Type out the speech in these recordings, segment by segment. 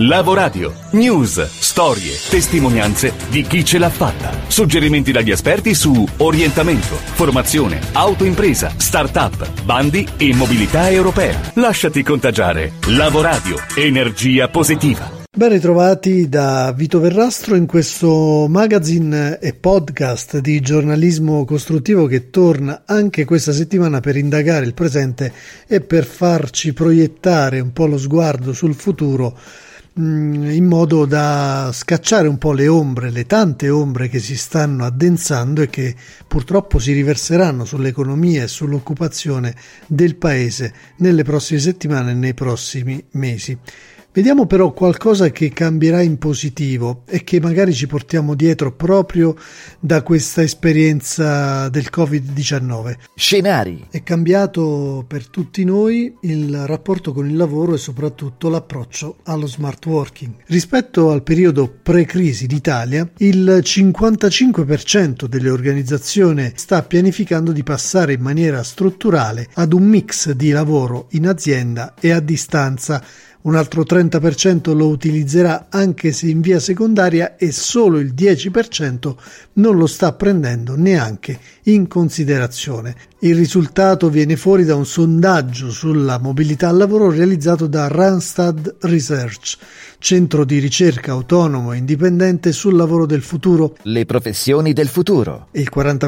Lavoradio. News, storie, testimonianze di chi ce l'ha fatta. Suggerimenti dagli esperti su orientamento, formazione, autoimpresa, start-up, bandi e mobilità europea. Lasciati contagiare. Lavoradio. Energia positiva. Ben ritrovati da Vito Verrastro in questo magazine e podcast di giornalismo costruttivo che torna anche questa settimana per indagare il presente e per farci proiettare un po' lo sguardo sul futuro, in modo da scacciare un po' le ombre, le tante ombre che si stanno addensando e che purtroppo si riverseranno sull'economia e sull'occupazione del paese nelle prossime settimane e nei prossimi mesi. Vediamo però qualcosa che cambierà in positivo e che magari ci portiamo dietro proprio da questa esperienza del Covid-19. Scenari. È cambiato per tutti noi il rapporto con il lavoro e soprattutto l'approccio allo smart working. Rispetto al periodo pre-crisi d'Italia, il 55% delle organizzazioni sta pianificando di passare in maniera strutturale ad un mix di lavoro in azienda e a distanza. Un altro 30% lo utilizzerà anche se in via secondaria e solo il 10% non lo sta prendendo neanche in considerazione. Il risultato viene fuori da un sondaggio sulla mobilità al lavoro realizzato da Randstad Research, centro di ricerca autonomo e indipendente sul lavoro del futuro. Le professioni del futuro. Il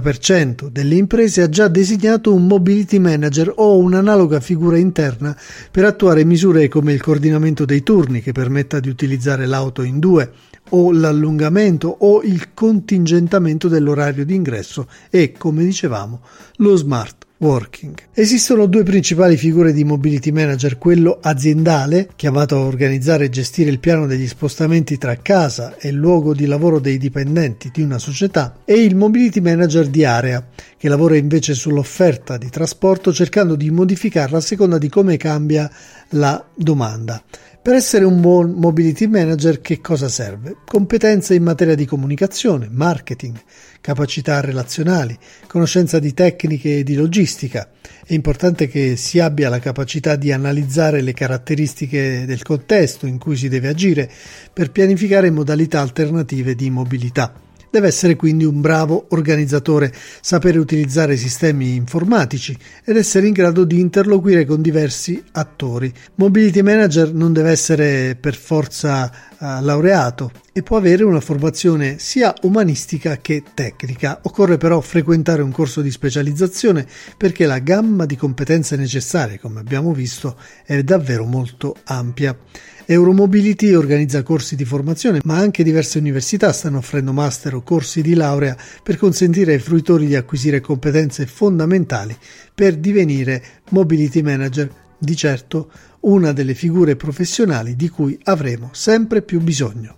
40% delle imprese ha già designato un mobility manager o un'analoga figura interna per attuare misure come il coordinamento dei turni che permetta di utilizzare l'auto in due, o l'allungamento o il contingentamento dell'orario di ingresso e, come dicevamo, lo smart working. Esistono due principali figure di mobility manager: quello aziendale, chiamato a organizzare e gestire il piano degli spostamenti tra casa e il luogo di lavoro dei dipendenti di una società, e il mobility manager di area, che lavora invece sull'offerta di trasporto cercando di modificarla a seconda di come cambia la domanda. Per essere un buon mobility manager che cosa serve? Competenze in materia di comunicazione, marketing, capacità relazionali, conoscenza di tecniche e di logistica. È importante che si abbia la capacità di analizzare le caratteristiche del contesto in cui si deve agire per pianificare modalità alternative di mobilità. Deve essere quindi un bravo organizzatore, sapere utilizzare sistemi informatici ed essere in grado di interloquire con diversi attori. Mobility manager non deve essere per forza laureato e può avere una formazione sia umanistica che tecnica. Occorre però frequentare un corso di specializzazione perché la gamma di competenze necessarie, come abbiamo visto, è davvero molto ampia. Euromobility organizza corsi di formazione, ma anche diverse università stanno offrendo master o corsi di laurea per consentire ai fruitori di acquisire competenze fondamentali per divenire mobility manager, di certo una delle figure professionali di cui avremo sempre più bisogno.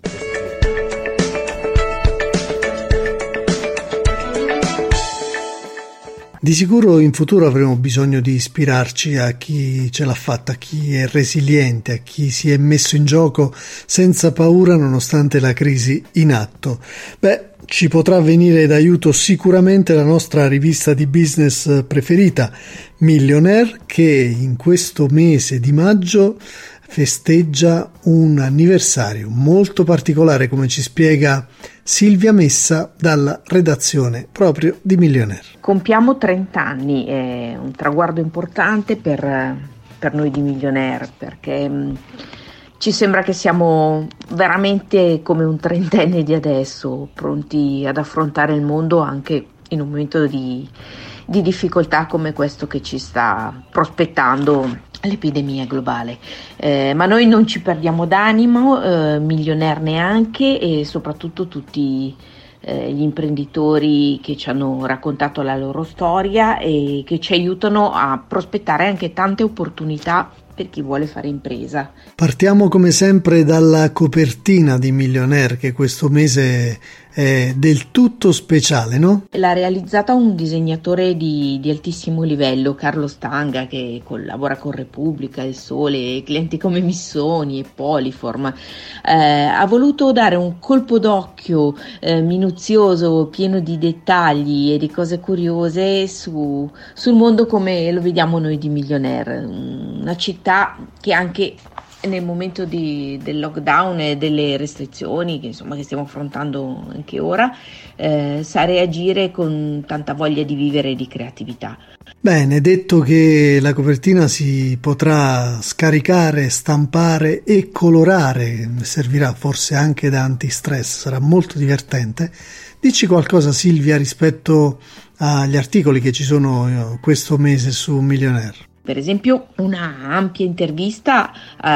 Di sicuro in futuro avremo bisogno di ispirarci a chi ce l'ha fatta, a chi è resiliente, a chi si è messo in gioco senza paura nonostante la crisi in atto. Ci potrà venire d'aiuto sicuramente la nostra rivista di business preferita, Millionaire, che in questo mese di maggio festeggia un anniversario molto particolare, come ci spiega Silvia Messa dalla redazione proprio di Millionaire. Compiamo 30 anni, è un traguardo importante per noi di Millionaire, perché ci sembra che siamo veramente come un trentenne di adesso, pronti ad affrontare il mondo anche in un momento di difficoltà come questo che ci sta prospettando l'epidemia globale. Ma noi non ci perdiamo d'animo, Millionaire neanche, e soprattutto tutti gli imprenditori che ci hanno raccontato la loro storia e che ci aiutano a prospettare anche tante opportunità per chi vuole fare impresa. Partiamo come sempre dalla copertina di Millionaire, che questo mese è del tutto speciale, no? L'ha realizzata un disegnatore di altissimo livello, Carlo Stanga, che collabora con Repubblica, Il Sole, clienti come Missoni e Poliform. Ha voluto dare un colpo d'occhio minuzioso, pieno di dettagli e di cose curiose sul mondo come lo vediamo noi di Millionaire, una città che anche nel momento del lockdown e delle restrizioni che stiamo affrontando anche ora, sa reagire con tanta voglia di vivere e di creatività. Bene, detto che la copertina si potrà scaricare, stampare e colorare, servirà forse anche da antistress, sarà molto divertente. Dici qualcosa, Silvia, rispetto agli articoli che ci sono questo mese su Millionaire? Per esempio una ampia intervista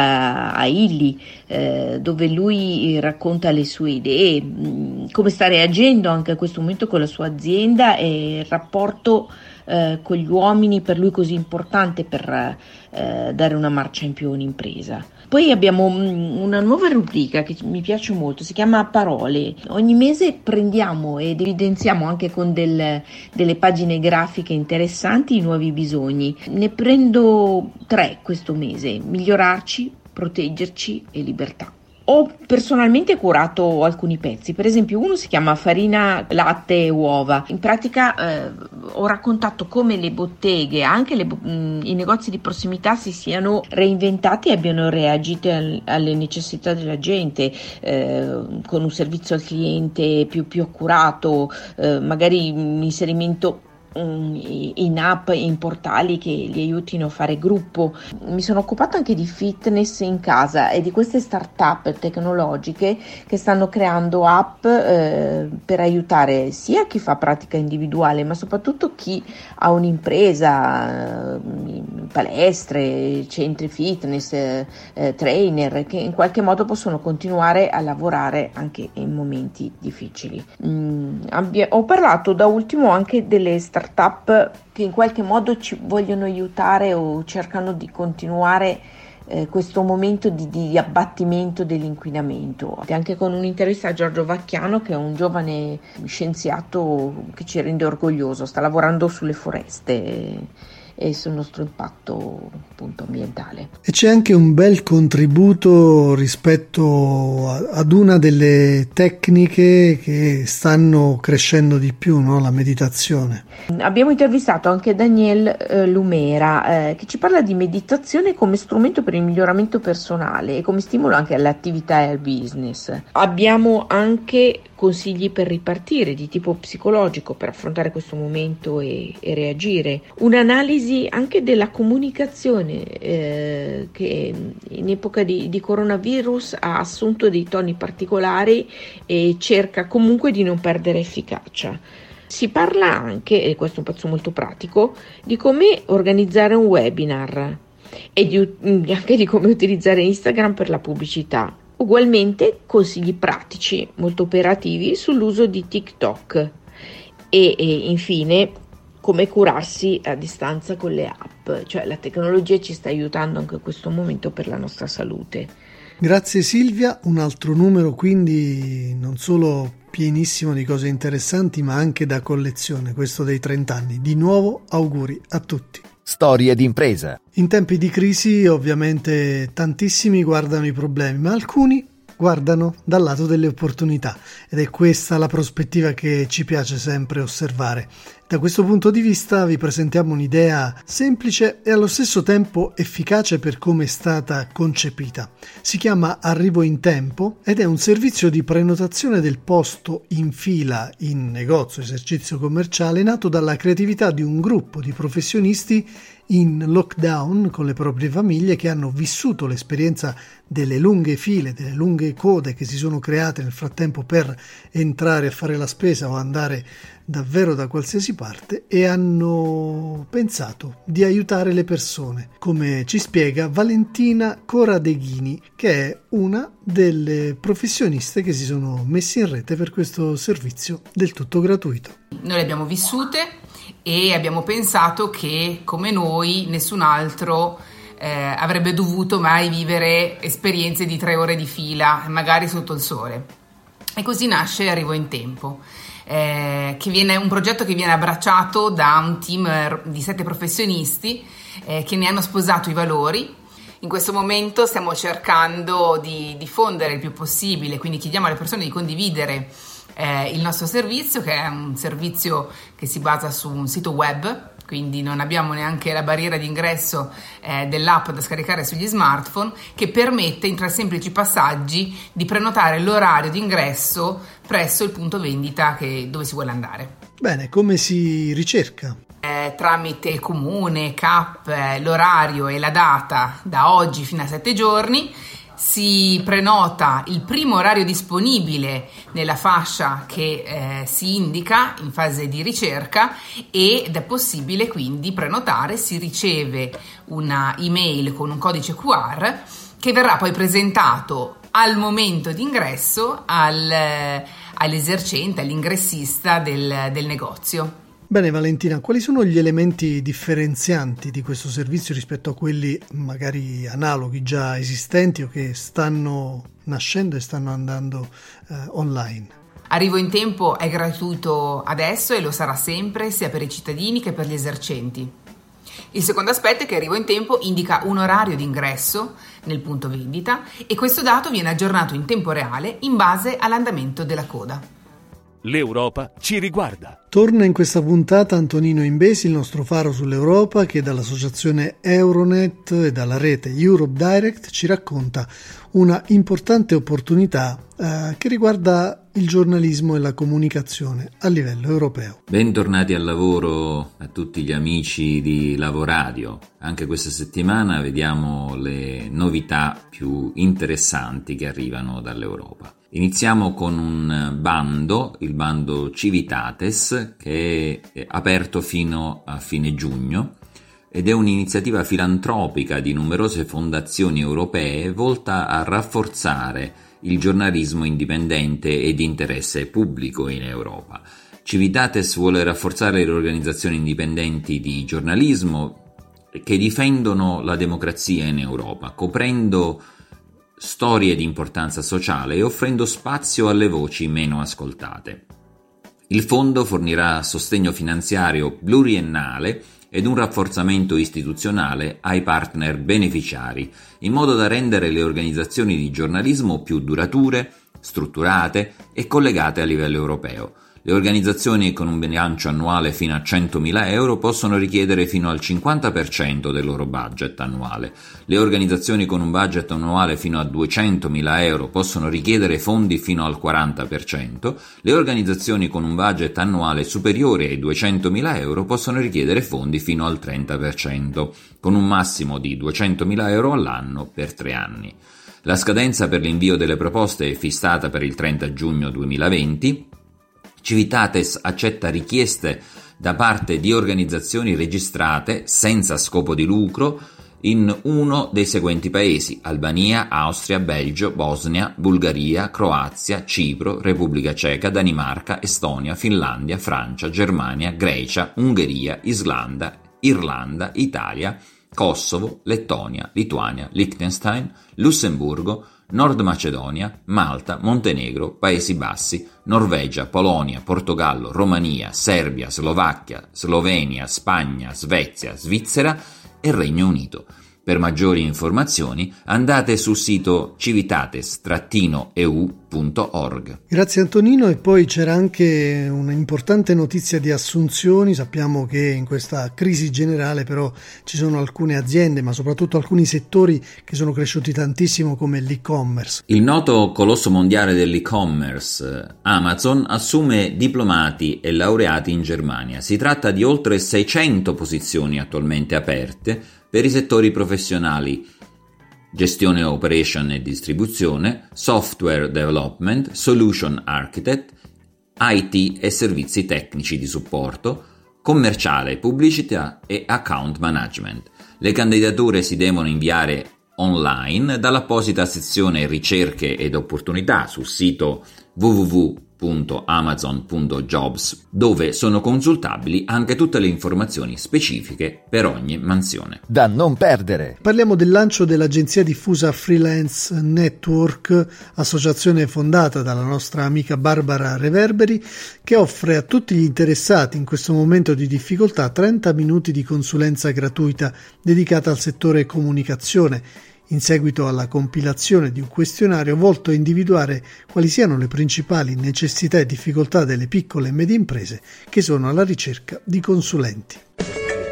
a Illy, dove lui racconta le sue idee, come sta reagendo anche a questo momento con la sua azienda e il rapporto con gli uomini per lui così importante per dare una marcia in più a un'impresa. Poi abbiamo una nuova rubrica che mi piace molto, si chiama Parole. Ogni mese prendiamo ed evidenziamo anche con delle pagine grafiche interessanti i nuovi bisogni. Ne prendo 3 questo mese: migliorarci, proteggerci e libertà. Ho personalmente curato alcuni pezzi, per esempio uno si chiama Farina, latte e uova. In pratica ho raccontato come le botteghe, anche i negozi di prossimità si siano reinventati e abbiano reagito alle necessità della gente, con un servizio al cliente più accurato, magari un inserimento in app, in portali che li aiutino a fare gruppo. Mi sono occupata anche di fitness in casa e di queste start-up tecnologiche che stanno creando app per aiutare sia chi fa pratica individuale, ma soprattutto chi ha un'impresa, palestre, centri fitness, trainer, che in qualche modo possono continuare a lavorare anche in momenti difficili. Ho parlato da ultimo anche delle start-up che in qualche modo ci vogliono aiutare o cercano di continuare questo momento di abbattimento dell'inquinamento. Anche con un'intervista a Giorgio Vacchiano, che è un giovane scienziato che ci rende orgoglioso, sta lavorando sulle foreste e sul nostro impatto appunto ambientale. E c'è anche un bel contributo rispetto ad una delle tecniche che stanno crescendo di più, no? La meditazione. Abbiamo intervistato anche Daniel Lumera, che ci parla di meditazione come strumento per il miglioramento personale e come stimolo anche all'attività e al business. Abbiamo anche consigli per ripartire di tipo psicologico per affrontare questo momento e reagire. Un'analisi anche della comunicazione che in epoca di coronavirus ha assunto dei toni particolari e cerca comunque di non perdere efficacia. Si parla anche, e questo è un pezzo molto pratico, di come organizzare un webinar e anche di come utilizzare Instagram per la pubblicità. Ugualmente consigli pratici molto operativi sull'uso di TikTok e infine come curarsi a distanza con le app, cioè la tecnologia ci sta aiutando anche in questo momento per la nostra salute. Grazie Silvia, un altro numero quindi non solo pienissimo di cose interessanti ma anche da collezione, questo dei 30 anni. Di nuovo auguri a tutti. Storie d'impresa. In tempi di crisi ovviamente tantissimi guardano i problemi, ma alcuni guardano dal lato delle opportunità ed è questa la prospettiva che ci piace sempre osservare. Da questo punto di vista vi presentiamo un'idea semplice e allo stesso tempo efficace per come è stata concepita. Si chiama Arrivo in Tempo ed è un servizio di prenotazione del posto in fila in negozio, esercizio commerciale, nato dalla creatività di un gruppo di professionisti in lockdown con le proprie famiglie che hanno vissuto l'esperienza delle lunghe file, delle lunghe code che si sono create nel frattempo per entrare a fare la spesa o andare davvero da qualsiasi parte e hanno pensato di aiutare le persone, come ci spiega Valentina Coradeghini, che è una delle professioniste che si sono messi in rete per questo servizio del tutto gratuito. Noi le abbiamo vissute e abbiamo pensato che come noi nessun altro avrebbe dovuto mai vivere esperienze di 3 ore di fila, magari sotto il sole. E così nasce Arrivo in Tempo, che viene un progetto che viene abbracciato da un team di 7 professionisti che ne hanno sposato i valori. In questo momento stiamo cercando di diffondere il più possibile, quindi chiediamo alle persone di condividere il nostro servizio, che è un servizio che si basa su un sito web, quindi non abbiamo neanche la barriera d'ingresso dell'app da scaricare sugli smartphone, che permette in 3 semplici passaggi di prenotare l'orario d'ingresso presso il punto vendita dove si vuole andare. Bene, come si ricerca? Tramite il comune, CAP, l'orario e la data da oggi fino a 7 giorni. Si prenota il primo orario disponibile nella fascia che si indica in fase di ricerca ed è possibile quindi prenotare. Si riceve una email con un codice QR che verrà poi presentato al momento di ingresso all'esercente, all'ingressista del negozio. Bene Valentina, quali sono gli elementi differenzianti di questo servizio rispetto a quelli magari analoghi già esistenti o che stanno nascendo e stanno andando online? Arrivo in tempo è gratuito adesso e lo sarà sempre, sia per i cittadini che per gli esercenti. Il secondo aspetto è che Arrivo in tempo indica un orario di ingresso nel punto vendita e questo dato viene aggiornato in tempo reale in base all'andamento della coda. L'Europa ci riguarda. Torna in questa puntata Antonino Imbesi, il nostro faro sull'Europa, che dall'associazione Euronet e dalla rete Europe Direct ci racconta una importante opportunità che riguarda il giornalismo e la comunicazione a livello europeo. Bentornati al lavoro a tutti gli amici di Lavoradio. Anche questa settimana vediamo le novità più interessanti che arrivano dall'Europa. Iniziamo con un bando, il bando Civitates, che è aperto fino a fine giugno ed è un'iniziativa filantropica di numerose fondazioni europee volta a rafforzare il giornalismo indipendente e di interesse pubblico in Europa. Civitates vuole rafforzare le organizzazioni indipendenti di giornalismo che difendono la democrazia in Europa, coprendo storie di importanza sociale e offrendo spazio alle voci meno ascoltate. Il fondo fornirà sostegno finanziario pluriennale ed un rafforzamento istituzionale ai partner beneficiari, in modo da rendere le organizzazioni di giornalismo più durature, strutturate e collegate a livello europeo. Le organizzazioni con un bilancio annuale fino a 100.000 euro possono richiedere fino al 50% del loro budget annuale. Le organizzazioni con un budget annuale fino a 200.000 euro possono richiedere fondi fino al 40%. Le organizzazioni con un budget annuale superiore ai 200.000 euro possono richiedere fondi fino al 30%, con un massimo di 200.000 euro all'anno per 3 anni. La scadenza per l'invio delle proposte è fissata per il 30 giugno 2020. Civitates accetta richieste da parte di organizzazioni registrate senza scopo di lucro in uno dei seguenti paesi: Albania, Austria, Belgio, Bosnia, Bulgaria, Croazia, Cipro, Repubblica Ceca, Danimarca, Estonia, Finlandia, Francia, Germania, Grecia, Ungheria, Islanda, Irlanda, Italia, Kosovo, Lettonia, Lituania, Liechtenstein, Lussemburgo, Nord Macedonia, Malta, Montenegro, Paesi Bassi, Norvegia, Polonia, Portogallo, Romania, Serbia, Slovacchia, Slovenia, Spagna, Svezia, Svizzera e Regno Unito. Per maggiori informazioni andate sul sito civitates-eu.org. Grazie Antonino. E poi c'era anche un'importante notizia di assunzioni. Sappiamo che in questa crisi generale però ci sono alcune aziende, ma soprattutto alcuni settori che sono cresciuti tantissimo, come l'e-commerce. Il noto colosso mondiale dell'e-commerce, Amazon, assume diplomati e laureati in Germania. Si tratta di oltre 600 posizioni attualmente aperte per i settori professionali: gestione, operation e distribuzione, software development, solution architect, IT e servizi tecnici di supporto, commerciale, pubblicità e account management. Le candidature si devono inviare online dall'apposita sezione ricerche ed opportunità sul sito www.amazon.jobs, dove sono consultabili anche tutte le informazioni specifiche per ogni mansione. Da non perdere. Parliamo del lancio dell'agenzia diffusa Freelance Network, associazione fondata dalla nostra amica Barbara Reverberi, che offre a tutti gli interessati in questo momento di difficoltà 30 minuti di consulenza gratuita dedicata al settore comunicazione, in seguito alla compilazione di un questionario volto a individuare quali siano le principali necessità e difficoltà delle piccole e medie imprese che sono alla ricerca di consulenti.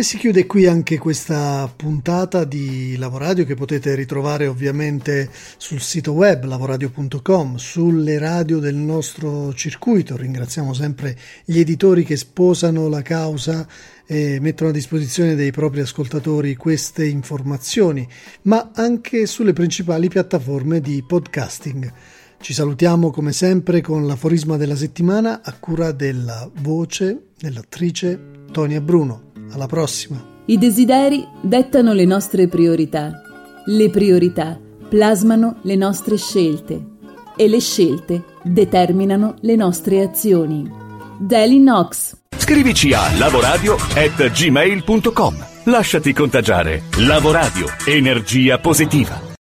E si chiude qui anche questa puntata di Lavoradio, che potete ritrovare ovviamente sul sito web lavoradio.com, sulle radio del nostro circuito. Ringraziamo sempre gli editori che sposano la causa e mettono a disposizione dei propri ascoltatori queste informazioni, ma anche sulle principali piattaforme di podcasting. Ci salutiamo come sempre con l'aforisma della settimana a cura della voce dell'attrice Tonia Bruno. Alla prossima. I desideri dettano le nostre priorità, le priorità plasmano le nostre scelte e le scelte determinano le nostre azioni. Daily Knox. Scrivici a lavoradio@gmail.com. Lasciati contagiare. Lavoradio, energia positiva.